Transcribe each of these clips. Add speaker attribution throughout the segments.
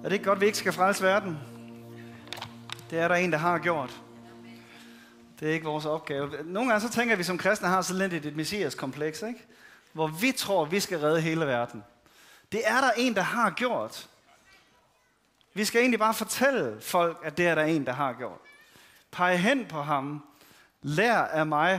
Speaker 1: Er det ikke godt, vi ikke skal frelse verden? Det er der en, der har gjort. Det er ikke vores opgave. Nogle gange så tænker vi som kristne har så lidt et messias-kompleks, ikke? Hvor vi tror, vi skal redde hele verden. Det er der en, der har gjort. Vi skal egentlig bare fortælle folk, at det er der en, der har gjort. Pege hen på ham. Lær af mig.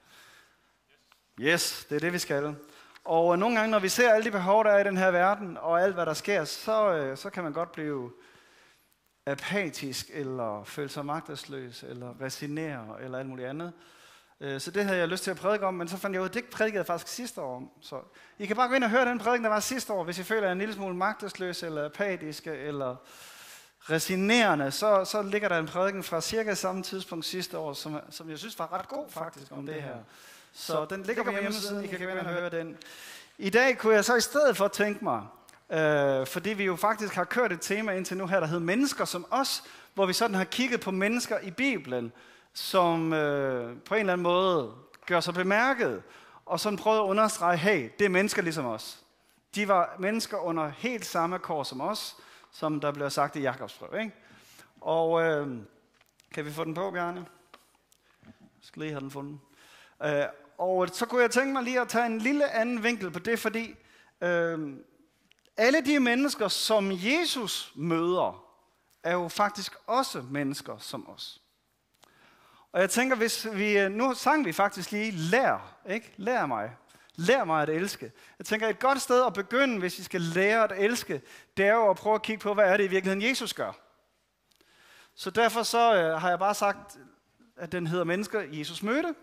Speaker 1: Yes, det er det, vi skal. Og nogle gange, når vi ser alle de behov, der er i den her verden, og alt, hvad der sker, så kan man godt blive apatisk, eller føle sig magtesløs, eller resignere, eller alt muligt andet. Så det havde jeg lyst til at prædike om, men så fandt jeg ud af, at det prædikede jeg faktisk sidste år om. Så I kan bare gå ind og høre den prædiken, der var sidste år, hvis I føler jer en lille smule magtesløs, eller apatiske, eller resinerende, så ligger der en prædiken fra cirka samme tidspunkt sidste år, som jeg synes var ret god faktisk om det her. Så den ligger på hjemmesiden, I kan gå ind og høre den. I dag kunne jeg så i stedet for tænke mig, fordi vi jo faktisk har kørt et tema indtil nu her, der hedder mennesker som os, hvor vi sådan har kigget på mennesker i Bibelen, som på en eller anden måde gør sig bemærket, og sådan prøvede at understrege, hey, det er mennesker ligesom os. De var mennesker under helt samme kår som os, som der bliver sagt i Jakobs brev, ikke? Og kan vi få den på, Bjarne? Jeg skal lige have den fundet. Og så kunne jeg tænke mig lige at tage en lille anden vinkel på det, fordi alle de mennesker, som Jesus møder, er jo faktisk også mennesker som os. Og jeg tænker, hvis vi, nu sang vi faktisk lige, lær, ikke? Lær mig. Lær mig at elske. Jeg tænker, et godt sted at begynde, hvis vi skal lære at elske, det er jo at prøve at kigge på, hvad er det i virkeligheden, Jesus gør. Så derfor så har jeg bare sagt, at den hedder mennesker, Jesus mødte.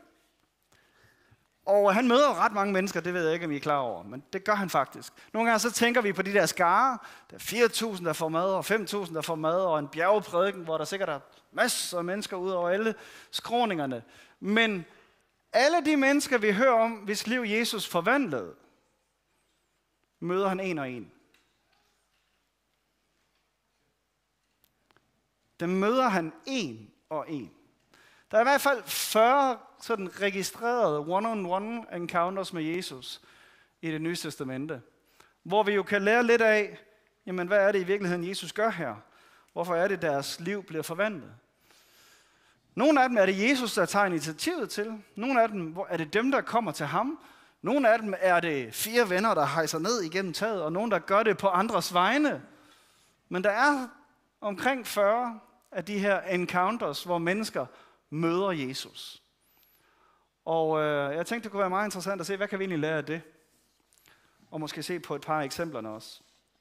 Speaker 1: Og han møder ret mange mennesker, det ved jeg ikke, om I er klar over, men det gør han faktisk. Nogle gange så tænker vi på de der skarer, der er 4.000, der får mad, og 5.000, der får mad, og en bjergprædiken, hvor der sikkert er masser af mennesker ud over alle skråningerne. Men alle de mennesker, vi hører om, hvis liv Jesus forvandlede, møder han en og en. Dem møder han en og en. Der er i hvert fald 40 sådan registrerede one-on-one encounters med Jesus i Det Nye Testamente, hvor vi jo kan lære lidt af, jamen hvad er det i virkeligheden, Jesus gør her? Hvorfor er det, deres liv bliver forvandlet? Nogle af dem er det Jesus, der tager initiativet til. Nogle af dem er det dem, der kommer til ham. Nogle af dem er det 4 venner, der hejser ned igennem taget, og nogen, der gør det på andres vegne. Men der er omkring 40 af de her encounters, hvor mennesker møder Jesus. Og jeg tænkte, det kunne være meget interessant at se, hvad kan vi egentlig lære af det? Og måske se på et par eksemplerne også.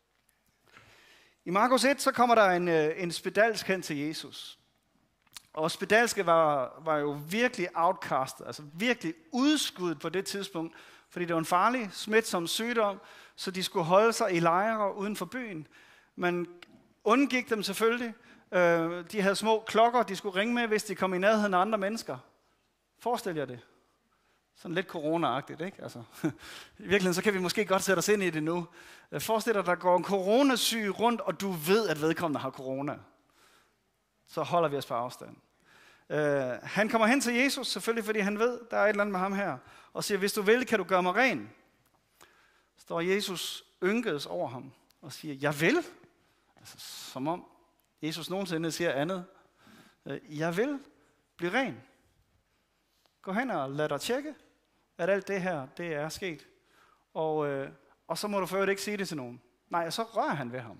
Speaker 1: I Markus 1, så kommer der en spedalsk hen til Jesus. Og spedalske var jo virkelig outcastet, altså virkelig udskudt på det tidspunkt, fordi det var en farlig, smitsom sygdom, så de skulle holde sig i lejre uden for byen. Man undgik dem selvfølgelig. De havde små klokker, de skulle ringe med, hvis de kom i nærheden af andre mennesker. Forestil jer det. Sådan lidt corona-agtigt, ikke? Altså, i virkeligheden, så kan vi måske godt sætte os ind i det nu. Forestil dig, der går en coronasyg rundt, og du ved, at vedkommende har corona. Så holder vi os på afstand. Han kommer hen til Jesus, selvfølgelig fordi han ved, der er et eller andet med ham her, og siger, hvis du vil, kan du gøre mig ren. Står Jesus ynkedes over ham og siger, jeg vil. Altså, som om Jesus nogensinde siger andet. Jeg vil blive ren. Gå hen og lad dig tjekke, at alt det her, det er sket. Og så må du for ikke sige det til nogen. Nej, så rører han ved ham.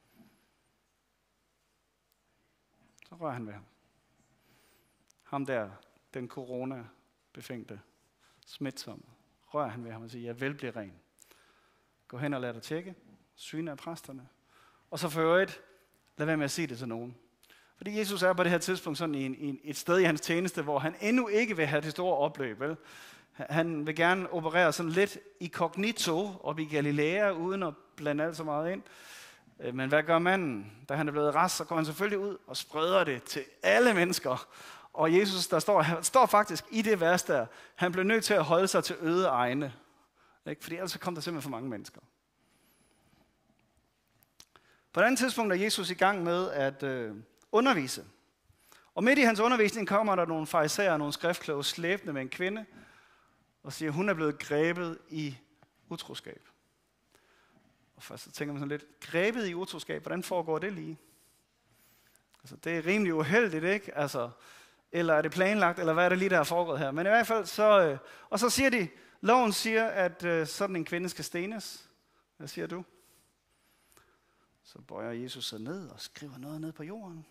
Speaker 1: Så rører han ved ham. Ham der, den corona-befængte, smitsomme, rører han ved ham og siger, jeg vil blive ren. Gå hen og lad dig tjekke, syne af præsterne. Og så for øvrigt, lad være med at sige det til nogen. Fordi Jesus er på det her tidspunkt sådan i et sted i hans tjeneste, hvor han endnu ikke vil have det store opløb. Vel? Han vil gerne operere sådan lidt incognito op i Galilea, uden at blande alt så meget ind. Men hvad gør manden? Da han er blevet rask, så går han selvfølgelig ud og spreder det til alle mennesker. Og Jesus, der står faktisk i det vers der, han blev nødt til at holde sig til øde egne. Ikke? Fordi ellers kom der simpelthen for mange mennesker. På et andet tidspunkt er Jesus i gang med at undervise. Og midt i hans undervisning kommer der nogle farisæere og nogle skriftkloge slæbende med en kvinde, og siger, hun er blevet grebet i utroskab. Og først så tænker man sådan lidt, grebet i utroskab, hvordan foregår det lige? Altså, det er rimelig uheldigt, ikke? Altså, eller er det planlagt, eller hvad er det lige, der er foregået her? Men i hvert fald, og så siger de, loven siger, at sådan en kvinde skal stenes. Hvad siger du? Så bøjer Jesus sig ned og skriver noget ned på jorden.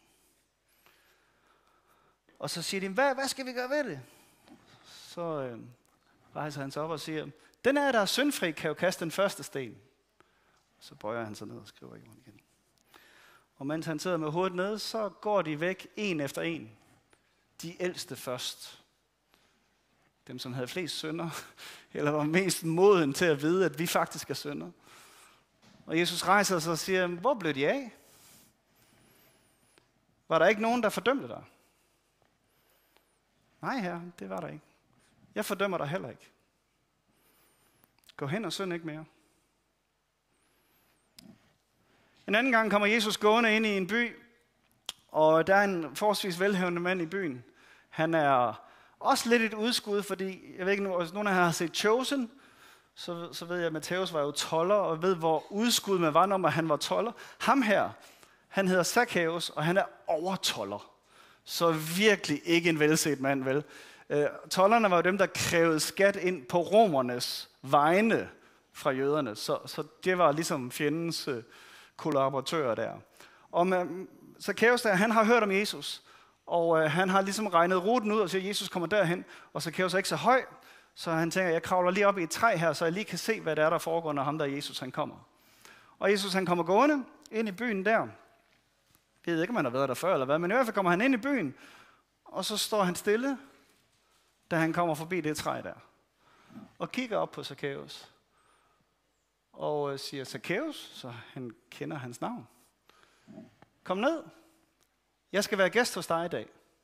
Speaker 1: Og så siger de, hvad skal vi gøre ved det? Så rejser han sig op og siger, den der er syndfri, kan jo kaste den første sten. Så bøjer han sig ned og skriver i jorden igen. Og mens han sidder med hovedet nede, så går de væk en efter en. De ældste først. Dem, som havde flest synder, eller var mest moden til at vide, at vi faktisk er synder. Og Jesus rejser sig og siger, hvor blev de af? Var der ikke nogen, der fordømte dig? Nej, herre, det var der ikke. Jeg fordømmer dig heller ikke. Gå hen og synd ikke mere. En anden gang kommer Jesus gående ind i en by, og der er en forholdsvis velhavende mand i byen. Han er også lidt et udskud, fordi, jeg ved ikke, hvis nogen af jer har set Chosen, så ved jeg, at Matthæus var jo toller, og ved, hvor udskud man var, når han var toller. Ham her, han hedder Zacchaeus, og han er overtoller. Så virkelig ikke en velset mand, vel? Tollerne var jo dem, der krævede skat ind på romernes vegne fra jøderne. Så det var ligesom fjendens kollaboratører der. Og Zacchaeus der, han har hørt om Jesus, og han har ligesom regnet ruten ud og siger, at Jesus kommer derhen, og Zacchaeus er ikke så høj, så han tænker, jeg kravler lige op i et træ her, så jeg lige kan se, hvad det er, der foregår, når ham der Jesus han kommer. Og Jesus han kommer gående ind i byen der. Jeg ved ikke, om han har været der før eller hvad, men i hvert fald kommer han ind i byen, og så står han stille, da han kommer forbi det træ der, og kigger op på Zacchaeus, og siger, Zacchaeus, så han kender hans navn. Kom ned. Jeg skal være gæst hos dig i dag.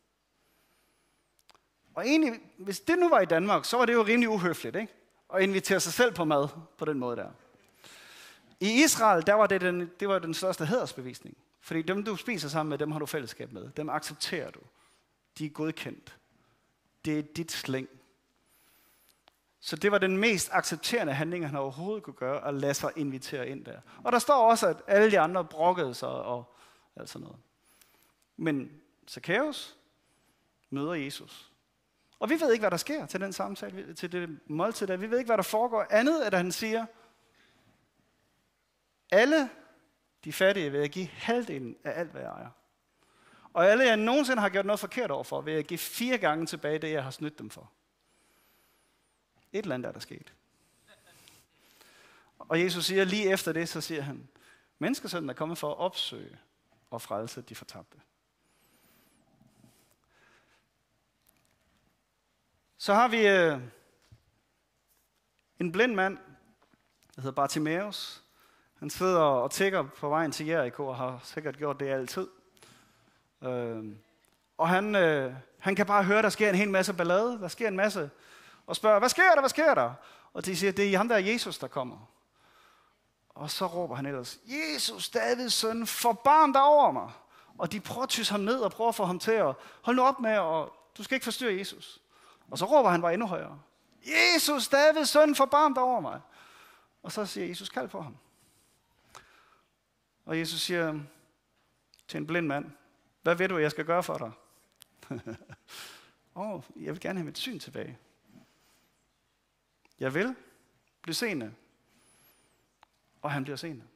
Speaker 1: Og egentlig, hvis det nu var i Danmark, så var det jo rimelig uhøfligt, ikke? At invitere sig selv på mad på den måde der. I Israel, der var det var den største hædersbevisning. Fordi dem, du spiser sammen med, dem har du fællesskab med. Dem accepterer du. De er godkendt. Det er dit slæng. Så det var den mest accepterende handling, han overhovedet kunne gøre, at lade sig invitere ind der. Og der står også, at alle de andre brokkede sig og alt sådan noget. Men Zacchaeus møder Jesus. Og vi ved ikke, hvad der sker til den samtale, til det måltid der. Vi ved ikke, hvad der foregår andet, at han siger, alle de fattige vil jeg give halvdelen af alt, hvad jeg ejer. Og alle, jeg nogensinde har gjort noget forkert overfor, vil jeg give 4 gange tilbage det, jeg har snydt dem for. Et eller andet er der sket. Og Jesus siger lige efter det, så siger han, menneskesønnen er kommet for at opsøge og frelse de fortabte. Så har vi en blind mand, der hedder Bartimaeus. Han sidder og tigger på vejen til Jericho, og har sikkert gjort det altid. Og han kan bare høre, der sker en hel masse ballade. Der sker en masse. Og spørger, hvad sker der? Og de siger, det er ham der Jesus, der kommer. Og så råber han ellers, Jesus, Davids søn, forbarm dig over mig. Og de prøver at tysse ham ned og prøver at få ham til at holde nu op med, og du skal ikke forstyrre Jesus. Og så råber han bare endnu højere. Jesus, Davids søn, forbarm dig over mig. Og så siger Jesus, kald på ham. Og Jesus siger til en blind mand, hvad ved du, jeg skal gøre for dig? Jeg vil gerne have mit syn tilbage. Jeg vil blive seende. Og han bliver seende.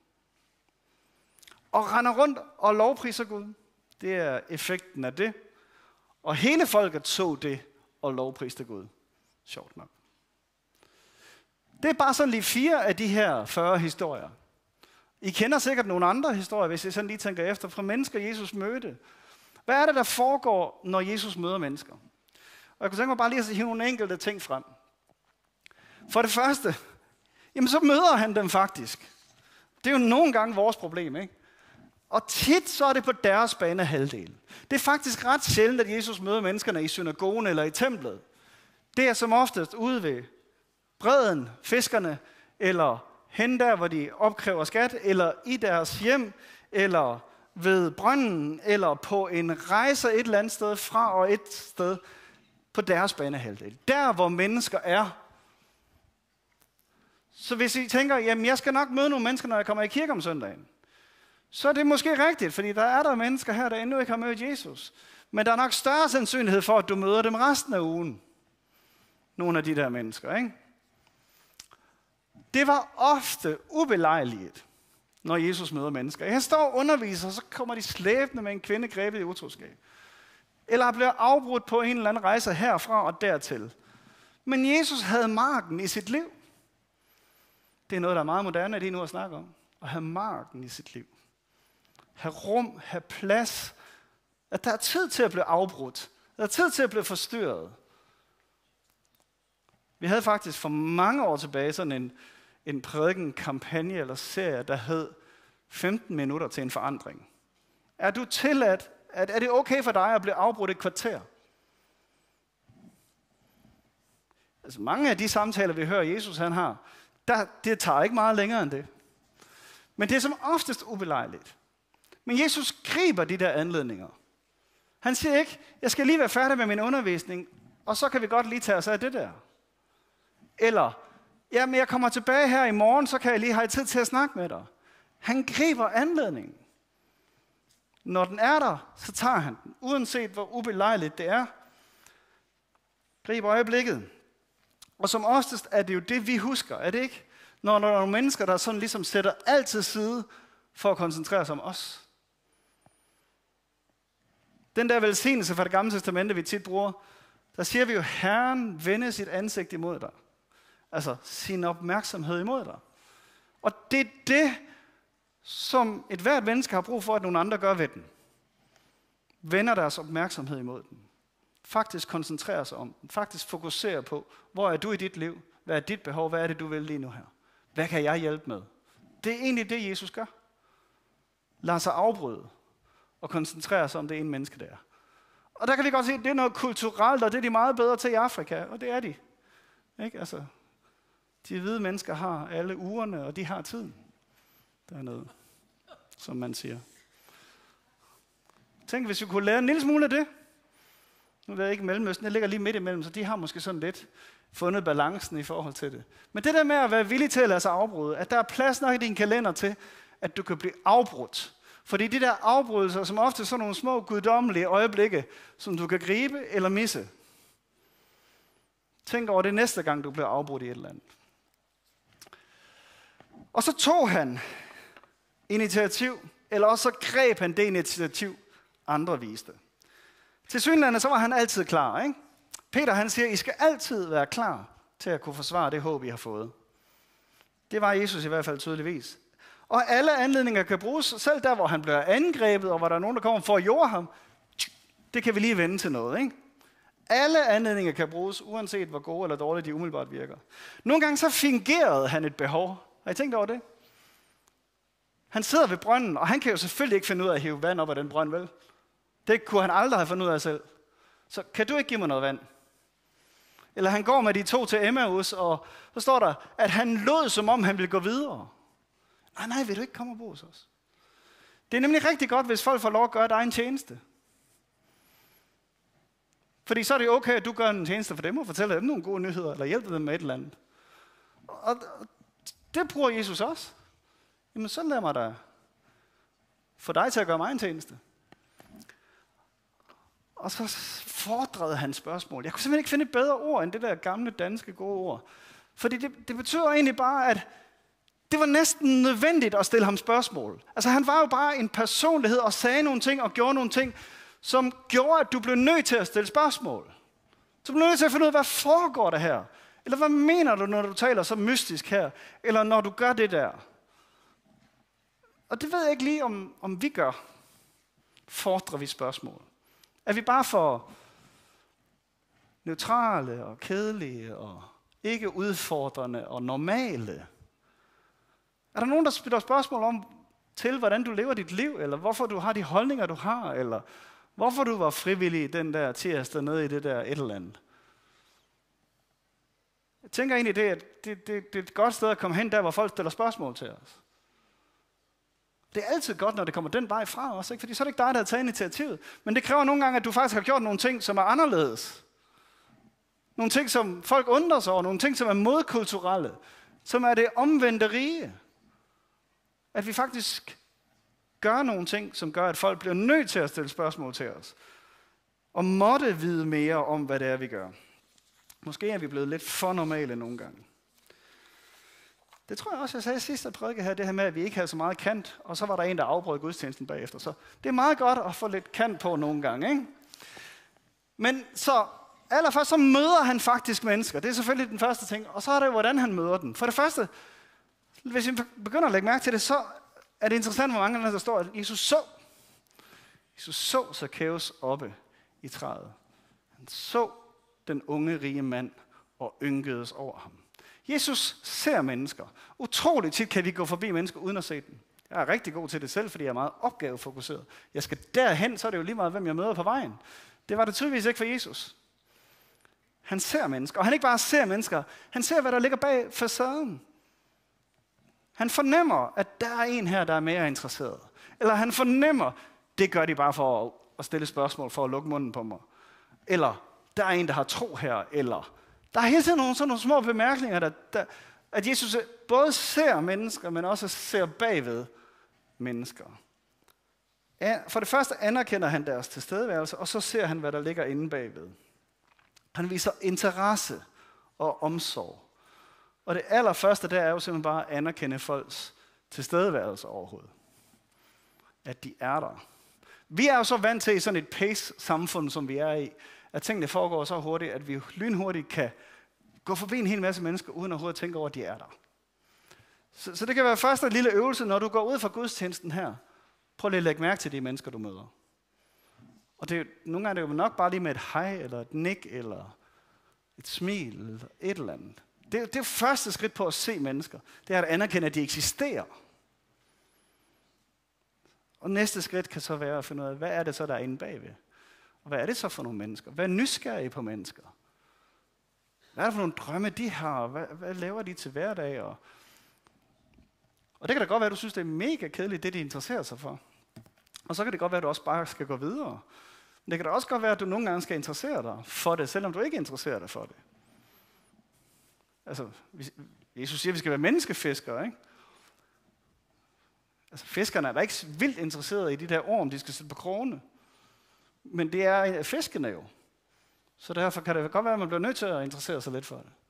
Speaker 1: Og render rundt og lovpriser Gud. Det er effekten af det. Og hele folket så det og lovpriste Gud. Sjovt nok. Det er bare sådan lige 4 af de her 40 historier. I kender sikkert nogle andre historier, hvis I sådan lige tænker efter, fra mennesker Jesus mødte. Hvad er det, der foregår, når Jesus møder mennesker? Og jeg kunne tænke mig bare lige at hive nogle enkelte ting frem. For det første, jamen så møder han dem faktisk. Det er jo nogle gange vores problem, ikke? Og tit så er det på deres banehalvdel. Det er faktisk ret sjældent, at Jesus møder menneskerne i synagogen eller i templet. Det er som oftest ude ved bredden, fiskerne, eller hen der, hvor de opkræver skat, eller i deres hjem, eller ved brønden, eller på en rejse et eller andet sted fra og et sted på deres banehalvdel. Der, hvor mennesker er, Så hvis I tænker, jamen jeg skal nok møde nogle mennesker, når jeg kommer i kirke om søndagen, så er det måske rigtigt, fordi der er mennesker her, der endnu ikke har mødt Jesus. Men der er nok større sandsynlighed for, at du møder dem resten af ugen. Nogle af de der mennesker, ikke? Det var ofte ubelejligt, når Jesus møder mennesker. Jeg står og underviser, så kommer de slæbende med en kvinde grebet i utroskab. Eller bliver afbrudt på en eller anden rejse herfra og dertil. Men Jesus havde marken i sit liv. Det er noget, der er meget moderne lige nu at snakke om. At have marken i sit liv. Have rum, have plads. At der er tid til at blive afbrudt. Der er tid til at blive forstyrret. Vi havde faktisk for mange år tilbage sådan en prædikenkampagne eller serie, der hed 15 minutter til en forandring. Er du tilladt, er det okay for dig at blive afbrudt et kvarter? Altså mange af de samtaler, vi hører Jesus han har, det tager ikke meget længere end det. Men det er som oftest ubelejligt. Men Jesus griber de der anledninger. Han siger ikke, jeg skal lige være færdig med min undervisning, og så kan vi godt lige tage os af det der. Eller, jamen jeg kommer tilbage her i morgen, så kan jeg lige have tid til at snakke med dig. Han griber anledningen. Når den er der, så tager han den, uanset hvor ubelejligt det er. Grib øjeblikket. Og som oftest er det jo det, vi husker, er det ikke? Når der er nogle mennesker, der sådan ligesom sætter alt til side for at koncentrere sig om os. Den der velsignelse fra det gamle testamente, vi tit bruger, der siger vi jo, Herren vender sit ansigt imod dig. Altså sin opmærksomhed imod dig. Og det er det, som et hvert menneske har brug for, at nogle andre gør ved den. Vender deres opmærksomhed imod den. Faktisk koncentrerer sig om den. Faktisk fokuserer på, hvor er du i dit liv? Hvad er dit behov? Hvad er det, du vil lige nu her? Hvad kan jeg hjælpe med? Det er egentlig det, Jesus gør. Lad sig afbryde og koncentrere sig om det ene menneske, der er. Og der kan vi godt se, at det er noget kulturelt, og det er de meget bedre til i Afrika, og det er de. Ikke? Altså, de hvide mennesker har alle ugerne, og de har tiden. Der er noget, som man siger. Tænk, hvis vi kunne lære en lille smule af det. Nu er det ikke Mellemøsten, det ligger lige midt imellem, så de har måske sådan lidt fundet balancen i forhold til det. Men det der med at være villig til at lade sig afbryde, at der er plads nok i din kalender til, at du kan blive afbrudt. Fordi de der afbrydelser, som ofte er sådan nogle små guddommelige øjeblikke, som du kan gribe eller misse. Tænk over det næste gang, du bliver afbrudt i et eller andet. Og så tog han initiativ, eller også så greb han det initiativ, andre viste. Til synligheden så var han altid klar, ikke? Peter han siger, I skal altid være klar til at kunne forsvare det håb, I har fået. Det var Jesus i hvert fald tydeligvis. Og alle anledninger kan bruges, selv der, hvor han bliver angrebet, og hvor der er nogen, der kommer for at jorde ham. Det kan vi lige vende til noget, ikke? Alle anledninger kan bruges, uanset hvor gode eller dårlige de umiddelbart virker. Nogle gange så fingerede han et behov. Har I tænkt over det? Han sidder ved brønden, og han kan jo selvfølgelig ikke finde ud af at hive vand op af den brønd, vel? Det kunne han aldrig have fundet ud af selv. Så kan du ikke give mig noget vand? Eller han går med de to til Emmaus, og så står der, at han lod, som om han ville gå videre. Nej, vil du ikke komme og bo hos os? Det er nemlig rigtig godt, hvis folk får lov at gøre dig en tjeneste. Fordi så er det okay, at du gør en tjeneste for dem og fortæller dem nogle gode nyheder, eller hjælper dem med et eller andet. Og det bruger Jesus også. Jamen så lad mig da få dig til at gøre mig en tjeneste. Og så fordrede han spørgsmål. Jeg kunne simpelthen ikke finde et bedre ord, end det der gamle danske gode ord. Fordi det betyder egentlig bare, at det var næsten nødvendigt at stille ham spørgsmål. Altså han var jo bare en personlighed og sagde nogle ting og gjorde nogle ting, som gjorde, at du blev nødt til at stille spørgsmål. Så blev du nødt til at finde ud af, hvad foregår der her? Eller hvad mener du, når du taler så mystisk her? Eller når du gør det der? Og det ved jeg ikke lige, om vi gør. Fordrer vi spørgsmål? Er vi bare for neutrale og kedelige og ikke udfordrende og normale? Er der nogen, der spiller spørgsmål om til, hvordan du lever dit liv? Eller hvorfor du har de holdninger, du har? Eller hvorfor du var frivillig den der tirsdag nede i det der et eller andet? Jeg tænker egentlig, det er et godt sted at komme hen der, hvor folk stiller spørgsmål til os. Det er altid godt, når det kommer den vej fra os, ikke? Fordi så er det ikke dig, der har taget initiativet. Men det kræver nogle gange, at du faktisk har gjort nogle ting, som er anderledes. Nogle ting, som folk undrer sig over. Nogle ting, som er modkulturelle. som er det omvendte rige. At vi faktisk gør nogle ting, som gør, at folk bliver nødt til at stille spørgsmål til os. Og måtte vide mere om, hvad det er, vi gør. Måske er vi blevet lidt for normale nogle gange. Det tror jeg også, jeg sagde sidste prædike her, det her med, at vi ikke havde så meget kant, og så var der en, der afbrød gudstjenesten bagefter. Så det er meget godt at få lidt kant på nogle gange, ikke? Men så allerførst så møder han faktisk mennesker. Det er selvfølgelig den første ting. Og så er det, hvordan han møder dem. For det første, hvis vi begynder at lægge mærke til det, så er det interessant, hvor mange der står, at Jesus så Zakæus oppe i træet. Han så den unge rige mand og ynkedes over ham. Jesus ser mennesker. Utroligt tit kan vi gå forbi mennesker uden at se dem. Jeg er rigtig god til det selv, fordi jeg er meget opgavefokuseret. Jeg skal derhen, så er det jo lige meget, hvem jeg møder på vejen. Det var det tydeligvis ikke for Jesus. Han ser mennesker, og han ikke bare ser mennesker, han ser, hvad der ligger bag facaden. Han fornemmer, at der er en her, der er mere interesseret. Eller han fornemmer, det gør de bare for at stille spørgsmål, for at lukke munden på mig. Eller der er en, der har tro her. Eller der er hele tiden nogle små bemærkninger, at Jesus både ser mennesker, men også ser bagved mennesker. For det første anerkender han deres tilstedeværelse, og så ser han, hvad der ligger inde bagved. Han viser interesse og omsorg. Og det allerførste, der er jo simpelthen bare at anerkende folks tilstedeværelse overhovedet. At de er der. Vi er jo så vant til i sådan et pace-samfund, som vi er i, at tingene foregår så hurtigt, at vi lynhurtigt kan gå forbi en hel masse mennesker, uden overhovedet at tænke over, at de er der. Så det kan være først en lille øvelse, når du går ud fra gudstjenesten her. Prøv lige at lægge mærke til de mennesker, du møder. Og nogle gange er det jo nok bare lige med et hej, eller et nik, eller et smil, eller et eller andet. Det er første skridt på at se mennesker. Det er at anerkende, at de eksisterer. Og næste skridt kan så være at finde ud af, hvad er det så, der er inde bagved? Og hvad er det så for nogle mennesker? Hvad er nysgerrige på mennesker? Hvad er det for nogle drømme, de har? Hvad laver de til hverdag? Og det kan da godt være, at du synes, det er mega kedeligt, det de interesserer sig for. Og så kan det godt være, at du også bare skal gå videre. Men det kan da også godt være, at du nogle gange skal interessere dig for det, selvom du ikke interesserer dig for det. Altså, Jesus siger, at vi skal være menneskefiskere, ikke? Altså, fiskerne er da ikke vildt interesserede i de der orm, de skal sætte på krogene. Men det er fiskene jo. Så derfor kan det godt være, at man bliver nødt til at interessere sig lidt for det.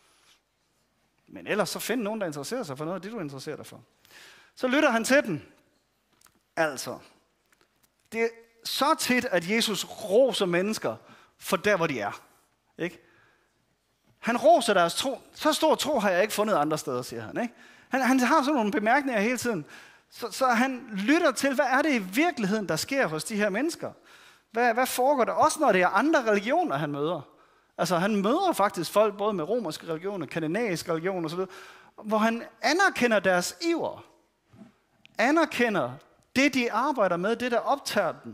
Speaker 1: Men ellers så find nogen, der interesserer sig for noget af det, du interesserer dig for. Så lytter han til den. Altså, det er så tit, at Jesus roser mennesker for der, hvor de er. Ikke? Han roser deres tro. Så stor tro har jeg ikke fundet andre steder, siger han. Ikke? Han har sådan nogle bemærkninger hele tiden. Så han lytter til, hvad er det i virkeligheden, der sker hos de her mennesker? Hvad foregår der? Også når det er andre religioner, han møder. Altså han møder faktisk folk, både med romerske religioner, kananæiske religioner osv., hvor han anerkender deres iver. Anerkender det, de arbejder med, det, der optager dem.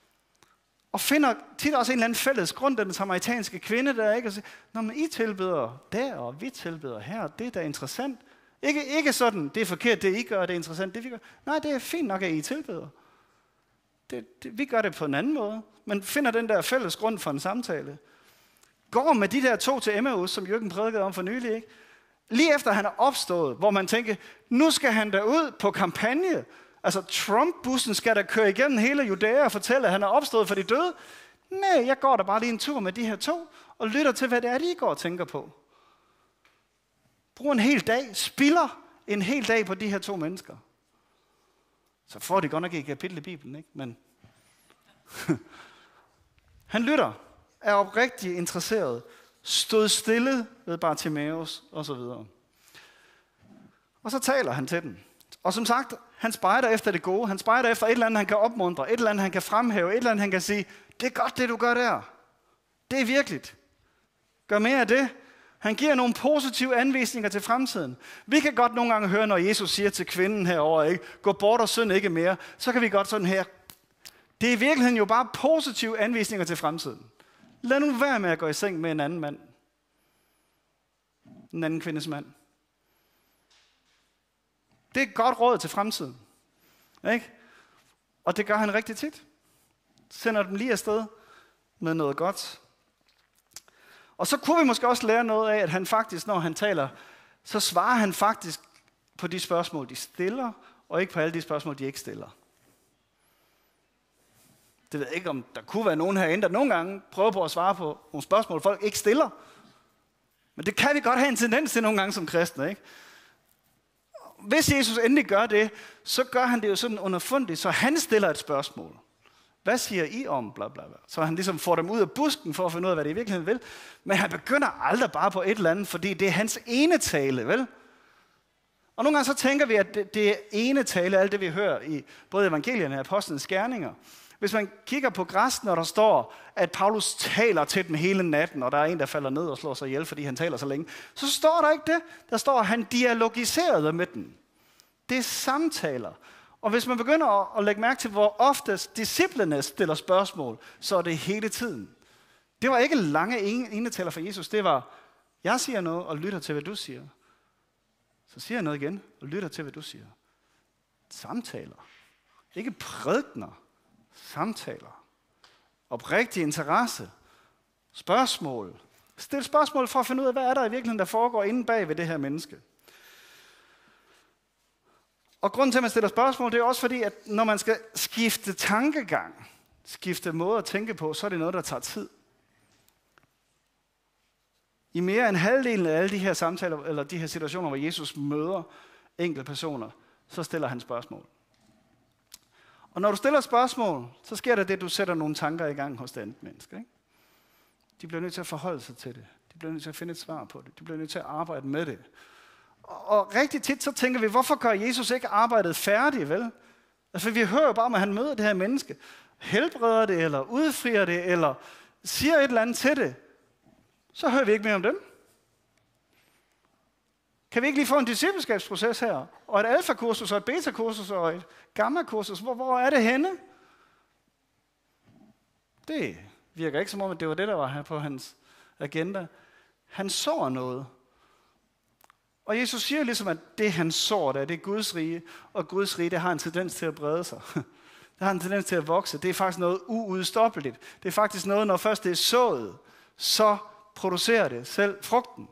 Speaker 1: Og finder tit også en eller anden fælles grund, den samaritanske kvinde der, ikke? Og siger, nå, men I tilbeder der, og vi tilbeder her, det er da interessant. Ikke sådan, det er forkert, det I gør, det er interessant, det vi gør. Nej, det er fint nok, at I tilbeder. Vi gør det på en anden måde, men finder den der fælles grund for en samtale. Går med de der 2 til Emmaus, som Jørgen prædikede om for nylig, ikke? Lige efter han er opstået, hvor man tænker, nu skal han da ud på kampagne. Altså Trump-bussen skal da køre igennem hele Judæa og fortælle, at han er opstået for de døde. Nej, jeg går da bare lige en tur med de her 2, og lytter til, hvad det er, de går og tænker på. Bruger en hel dag, spilder en hel dag på de her 2 mennesker. Så får de godt nok ikke et kapitel i Bibelen, ikke? Men han lytter, er oprigtigt interesseret, stod stille ved Bartimaeus og så videre. Og så taler han til den. Og som sagt, han spejder efter det gode. Han spejder efter et eller andet, han kan opmuntre, et eller andet, han kan fremhæve, et eller andet, han kan sige, det er godt, det du gør der. Det er virkeligt. Gør mere af det. Han giver nogle positive anvisninger til fremtiden. Vi kan godt nogle gange høre, når Jesus siger til kvinden herover, ikke, gå bort og synd ikke mere, så kan vi godt sådan her. Det er i virkeligheden jo bare positive anvisninger til fremtiden. Lad nu være med at gå i seng med en anden mand. En anden kvindes mand. Det er et godt råd til fremtiden. Ikke? Og det gør han rigtig tit. Sender dem lige afsted med noget godt. Og så kunne vi måske også lære noget af, at han faktisk, når han taler så svarer han faktisk på de spørgsmål, de stiller, og ikke på alle de spørgsmål, de ikke stiller. Det ved jeg ikke, om der kunne være nogen herinde, der nogle gange prøver på at svare på nogle spørgsmål, folk ikke stiller. Men det kan vi godt have en tendens til nogle gange som kristne, ikke? Hvis Jesus endelig gør det, så gør han det jo sådan underfundigt, så han stiller et spørgsmål. Hvad siger I om bla bla bla? Så han ligesom får dem ud af busken for at finde ud af, hvad de i virkeligheden vil. Men han begynder aldrig bare på et eller andet, fordi det er hans ene tale, vel? Og nogle gange så tænker vi, at det er ene tale, alt det vi hører i både evangelierne og apostlenes gerninger. Hvis man kigger på græsken, og der står, at Paulus taler til dem hele natten, og der er en, der falder ned og slår sig ihjel, fordi han taler så længe, så står der ikke det. Der står, at han dialogiserede med dem. Det er samtaler. Og hvis man begynder at lægge mærke til, hvor ofte disciplene stiller spørgsmål, så er det hele tiden. Det var ikke lange enetaler for Jesus. Det var, jeg siger noget og lytter til, hvad du siger. Så siger jeg noget igen og lytter til, hvad du siger. Samtaler. Ikke prædikener. Samtaler. Oprigtig interesse. Spørgsmål. Stil spørgsmål for at finde ud af, hvad er der i virkeligheden, der foregår inde bag ved det her menneske. Og grunden til, at man stiller spørgsmål, det er også fordi, at når man skal skifte tankegang, skifte måde at tænke på, så er det noget, der tager tid. I mere end halvdelen af alle de her samtaler, eller de her situationer, hvor Jesus møder enkelte personer, så stiller han spørgsmål. Og når du stiller spørgsmål, så sker der det, at du sætter nogle tanker i gang hos det andet menneske. Ikke? De bliver nødt til at forholde sig til det. De bliver nødt til at finde et svar på det. De bliver nødt til at arbejde med det. Og rigtig tit så tænker vi, hvorfor gør Jesus ikke arbejdet færdigt, vel? Altså, vi hører jo bare, at han møder det her menneske, helbreder det, eller udfrier det, eller siger et eller andet til det. Så hører vi ikke mere om dem. Kan vi ikke lige få en discipleskabsproces her? Og et alfa-kursus, og et beta-kursus, og et gamma-kursus? Hvor er det henne? Det virker ikke som om, at det var det, der var her på hans agenda. Han sår noget. Og Jesus siger ligesom, at det han sår, det er Guds rige. Og Guds rige, det har en tendens til at brede sig. Det har en tendens til at vokse. Det er faktisk noget uudstoppeligt. Det er faktisk noget, når først det er sået, så producerer det selv frugten.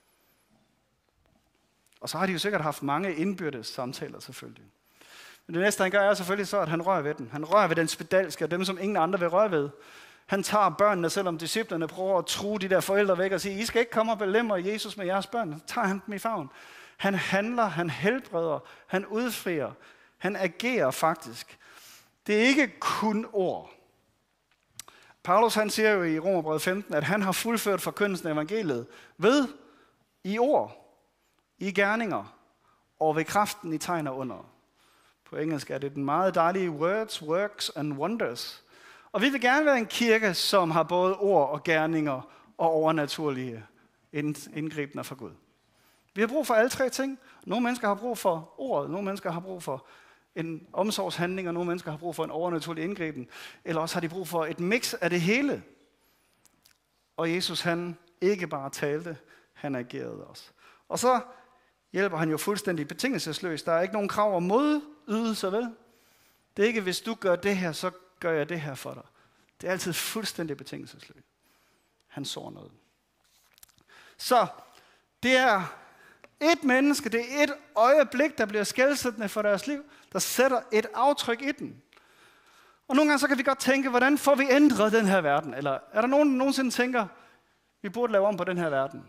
Speaker 1: Og så har de jo sikkert haft mange indbyrdes samtaler selvfølgelig. Men det næste, han gør, er selvfølgelig så, at han rører ved den. Han rører ved den spedalske, og dem, som ingen andre vil røre ved. Han tager børnene, selvom disciplerne prøver at true de der forældre væk og sige, I skal ikke komme og belemre Jesus med jeres børn. Så tager han dem i favn. Han handler, han helbreder, han udfrier, han agerer faktisk. Det er ikke kun ord. Paulus han siger jo i Romerbrevet 15, at han har fuldført forkyndelsen af evangeliet ved i ord, i gerninger og ved kraften i tegn og under. På engelsk er det den meget dejlige words, works and wonders. Og vi vil gerne være en kirke, som har både ord og gerninger og overnaturlige indgribender fra Gud. Vi har brug for alle tre ting. Nogle mennesker har brug for ordet, nogle mennesker har brug for en omsorgshandling, og nogle mennesker har brug for en overnaturlig indgriben. Eller også har de brug for et mix af det hele. Og Jesus han ikke bare talte, han agerede også. Og så hjælper han jo fuldstændig betingelsesløst. Der er ikke nogen krav om modydelser, vel? Det er ikke, hvis du gør det her, så gør jeg det her for dig. Det er altid fuldstændig betingelsesløst. Han sår noget. Så det er et menneske, det er et øjeblik, der bliver skelsættende for deres liv, der sætter et aftryk i den. Og nogle gange så kan vi godt tænke, hvordan får vi ændret den her verden? Eller er der nogen, der nogensinde tænker, vi burde lave om på den her verden?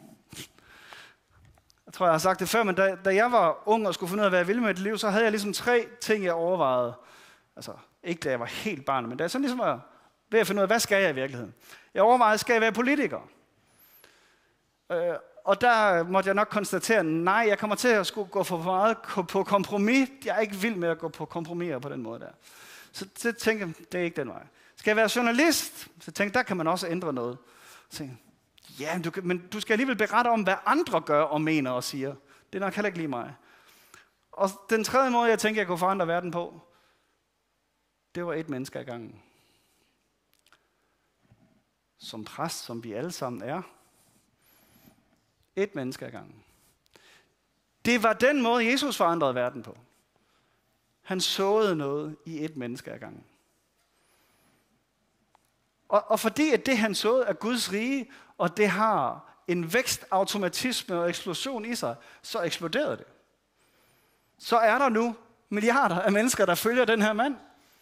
Speaker 1: Jeg tror, jeg har sagt det før, men da jeg var ung og skulle finde ud af, hvad jeg ville med et liv, så havde jeg ligesom 3 ting, jeg overvejede. Altså, ikke da jeg var helt barn, men da jeg sådan ligesom var ved at finde ud af, hvad skal jeg i virkeligheden? Jeg overvejede, skal jeg være politiker? Og der måtte jeg nok konstatere, nej, jeg kommer til at skulle gå for meget på kompromis. Jeg er ikke vild med at gå på kompromiser på den måde der. Så tænkte jeg, det er ikke den vej. Skal jeg være journalist? Så tænkte jeg, der kan man også ændre noget. Så tænkte jeg, ja, men du skal alligevel berette om, hvad andre gør og mener og siger. Det er nok heller ikke lige mig. Og den tredje måde, jeg tænkte, jeg kunne forandre verden på, det var et menneske ad gangen. Som præst, som vi alle sammen er. Et menneske ad gangen. Det var den måde, Jesus forandrede verden på. Han såede noget i et menneske ad gangen. Og fordi at det, han såede, er Guds rige, og det har en vækstautomatisme og eksplosion i sig, så eksploderede det. Så er der nu milliarder af mennesker, der følger den her mand.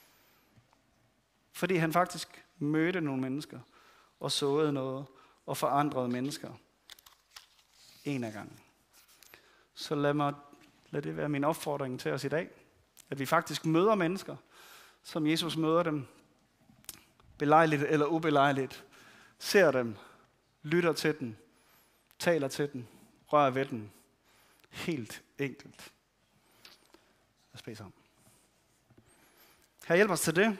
Speaker 1: Fordi han faktisk mødte nogle mennesker og såede noget og forandrede mennesker en af gangen. Så lad det være min opfordring til os i dag, at vi faktisk møder mennesker, som Jesus møder dem, belejligt eller ubelejligt, ser dem, lytter til dem, taler til dem, rører ved dem, helt enkelt. Lad os bede sammen. Herre, hjælp os til det.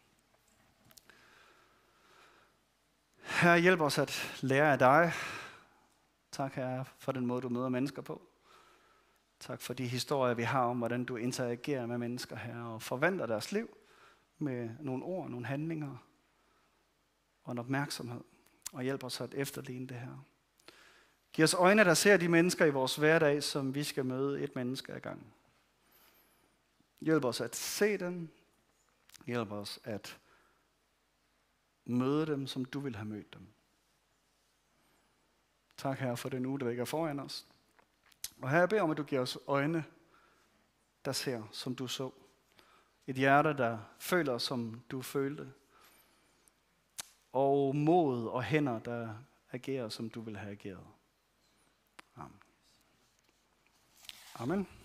Speaker 1: Herre, hjælp os at lære af dig. Tak, Herre, for den måde, du møder mennesker på. Tak for de historier, vi har om, hvordan du interagerer med mennesker, Herre, og forvandler deres liv med nogle ord, nogle handlinger og en opmærksomhed. Og hjælp os at efterligne det her. Giv os øjne, der ser de mennesker i vores hverdag, som vi skal møde et menneske ad gangen. Hjælp os at se dem. Hjælp os at møde dem, som du vil have mødt dem. Tak, Herre, for den uge, der ligger foran os. Og Herre, jeg beder om, at du giver os øjne, der ser, som du så. Et hjerte, der føler, som du følte. Og mod og hænder, der agerer, som du vil have ageret. Amen. Amen.